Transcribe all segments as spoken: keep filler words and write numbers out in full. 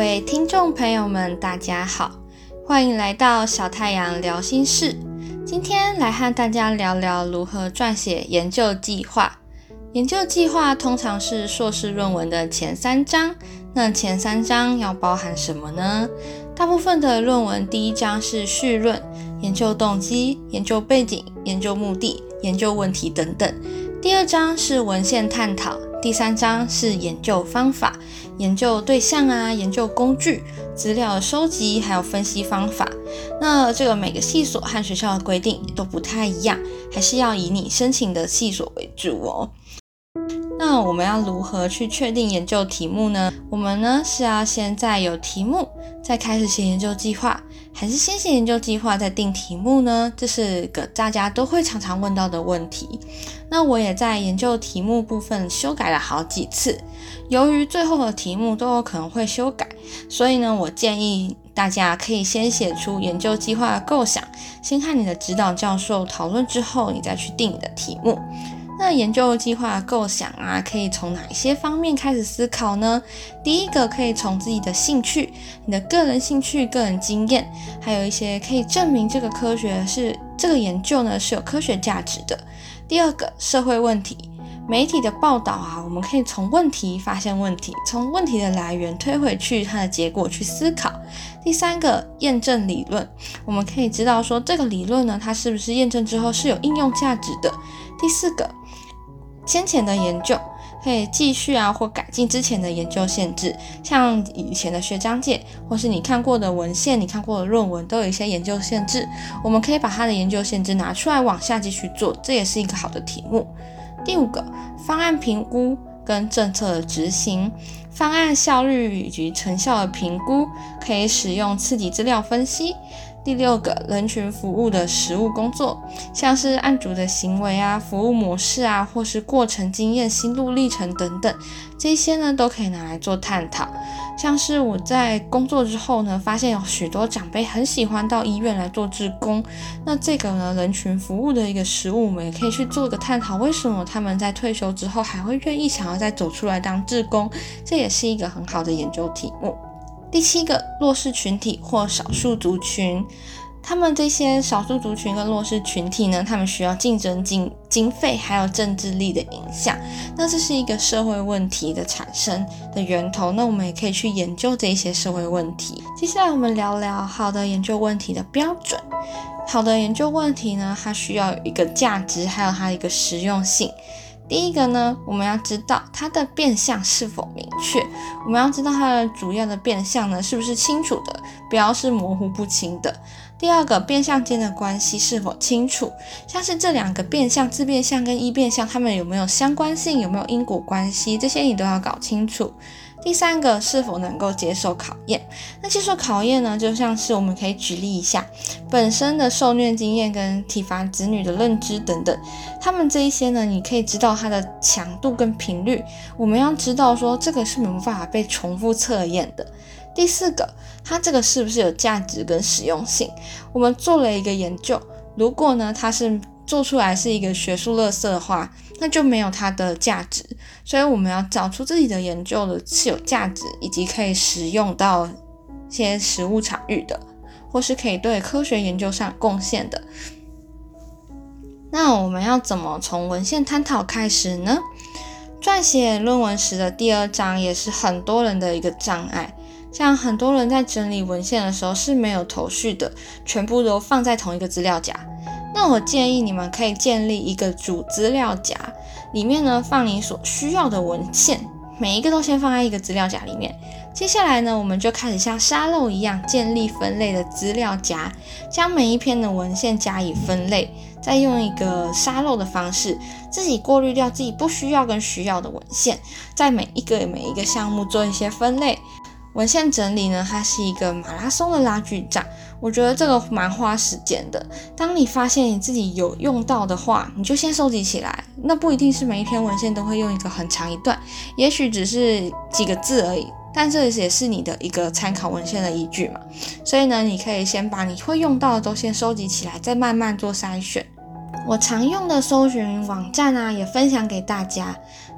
位听众朋友们大家好，欢迎来到小太阳聊心事。今天来和大家聊聊如何撰写研究计划。研究计划通常是硕士论文的前三章，那前三章要包含什么呢？大部分的论文第一章是绪论、研究动机、研究背景、研究目的、研究问题等等。第二章是文献探讨，第三章是研究方法、研究对象啊、研究工具、资料的收集还有分析方法。那这个每个系所和学校的规定都不太一样，还是要以你申请的系所为主哦。那我们要如何去确定研究题目呢？我们呢是要先在有题目再开始写研究计划，还是先写研究计划再定题目呢？这是个大家都会常常问到的问题。那我也在研究题目部分修改了好几次，由于最后的题目都有可能会修改，所以呢我建议大家可以先写出研究计划的构想，先和你的指导教授讨论之后，你再去定你的题目。那研究计划的构想啊，可以从哪一些方面开始思考呢？第一个可以从自己的兴趣，你的个人兴趣、个人经验，还有一些可以证明这个科学是这个研究呢是有科学价值的。第二个，社会问题，媒体的报道啊，我们可以从问题发现问题，从问题的来源推回去它的结果去思考。第三个，验证理论，我们可以知道说这个理论呢，它是不是验证之后是有应用价值的。第四个，先前的研究可以继续啊或改进之前的研究限制，像以前的学章界或是你看过的文献、你看过的论文都有一些研究限制，我们可以把它的研究限制拿出来往下继续做，这也是一个好的题目。第五个，方案评估跟政策的执行，方案效率以及成效的评估，可以使用刺激资料分析。第六个，人群服务的实务工作，像是案主的行为啊、服务模式啊，或是过程经验、心路历程等等，这些呢都可以拿来做探讨。像是我在工作之后呢，发现有许多长辈很喜欢到医院来做志工，那这个呢人群服务的一个实务，我们也可以去做一个探讨，为什么他们在退休之后还会愿意想要再走出来当志工，这也是一个很好的研究题目。第七个，弱势群体或少数族群，他们这些少数族群跟弱势群体呢，他们需要竞争经经费还有政治力的影响，那这是一个社会问题的产生的源头，那我们也可以去研究这些社会问题。接下来我们聊聊好的研究问题的标准。好的研究问题呢，它需要有一个价值，还有它的一个实用性。第一个呢，我们要知道它的变项是否明确，我们要知道它的主要的变项呢是不是清楚的，不要是模糊不清的。第二个，变项间的关系是否清楚，像是这两个变项，自变项跟异变项，它们有没有相关性，有没有因果关系，这些你都要搞清楚。第三个，是否能够接受考验。那接受考验呢，就像是我们可以举例一下本身的受虐经验跟体罚子女的认知等等，他们这一些呢，你可以知道它的强度跟频率，我们要知道说这个是没有办法被重复测验的。第四个，它这个是不是有价值跟实用性，我们做了一个研究，如果呢它是做出来是一个学术垃圾的话，那就没有它的价值，所以我们要找出自己的研究的是有价值以及可以实用到一些实务场域的，或是可以对科学研究上贡献的。那我们要怎么从文献探讨开始呢？撰写论文时的第二章也是很多人的一个障碍，像很多人在整理文献的时候是没有头绪的，全部都放在同一个资料夹。那我建议你们可以建立一个主资料夹，里面呢放你所需要的文献，每一个都先放在一个资料夹里面。接下来呢，我们就开始像沙漏一样建立分类的资料夹，将每一篇的文献加以分类，再用一个沙漏的方式，自己过滤掉自己不需要跟需要的文献，在每一个每一个项目做一些分类。文献整理呢，它是一个马拉松的拉锯战，我觉得这个蛮花时间的。当你发现你自己有用到的话，你就先收集起来，那不一定是每一篇文献都会用一个很长一段，也许只是几个字而已，但这也是你的一个参考文献的依据嘛。所以呢，你可以先把你会用到的都先收集起来，再慢慢做筛选。我常用的搜寻网站啊，也分享给大家。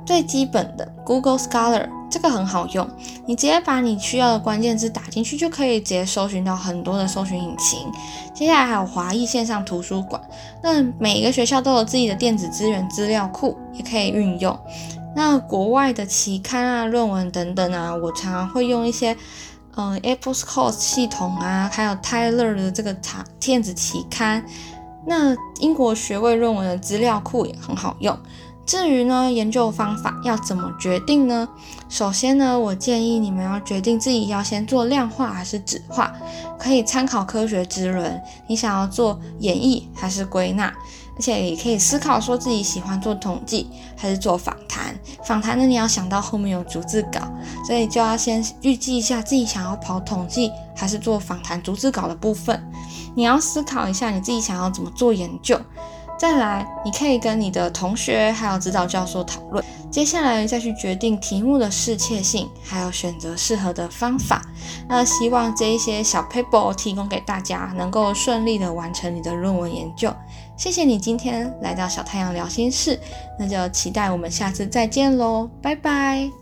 最基本的 Google Scholar 这个很好用，你直接把你需要的关键字打进去，就可以直接搜寻到很多的搜寻引擎。接下来还有华裔线上图书馆，那每一个学校都有自己的电子资源资料库，也可以运用。那国外的期刊啊、论文等等啊，我常常会用一些嗯 AppleScores 系统啊，还有 Tyler 的这个电子期刊。那英国学位论文的资料库也很好用。至于呢，研究方法要怎么决定呢？首先呢，我建议你们要决定自己要先做量化还是质化，可以参考科学之轮，你想要做演绎还是归纳，而且也可以思考说自己喜欢做统计还是做访谈。访谈呢，你要想到后面有逐字稿，所以就要先预计一下自己想要跑统计还是做访谈逐字稿的部分。你要思考一下你自己想要怎么做研究。再来，你可以跟你的同学还有指导教授讨论，接下来再去决定题目的适切性，还有选择适合的方法。那希望这一些小 paper 提供给大家，能够顺利的完成你的论文研究。谢谢你今天来到小太阳聊心事，那就期待我们下次再见咯，拜拜。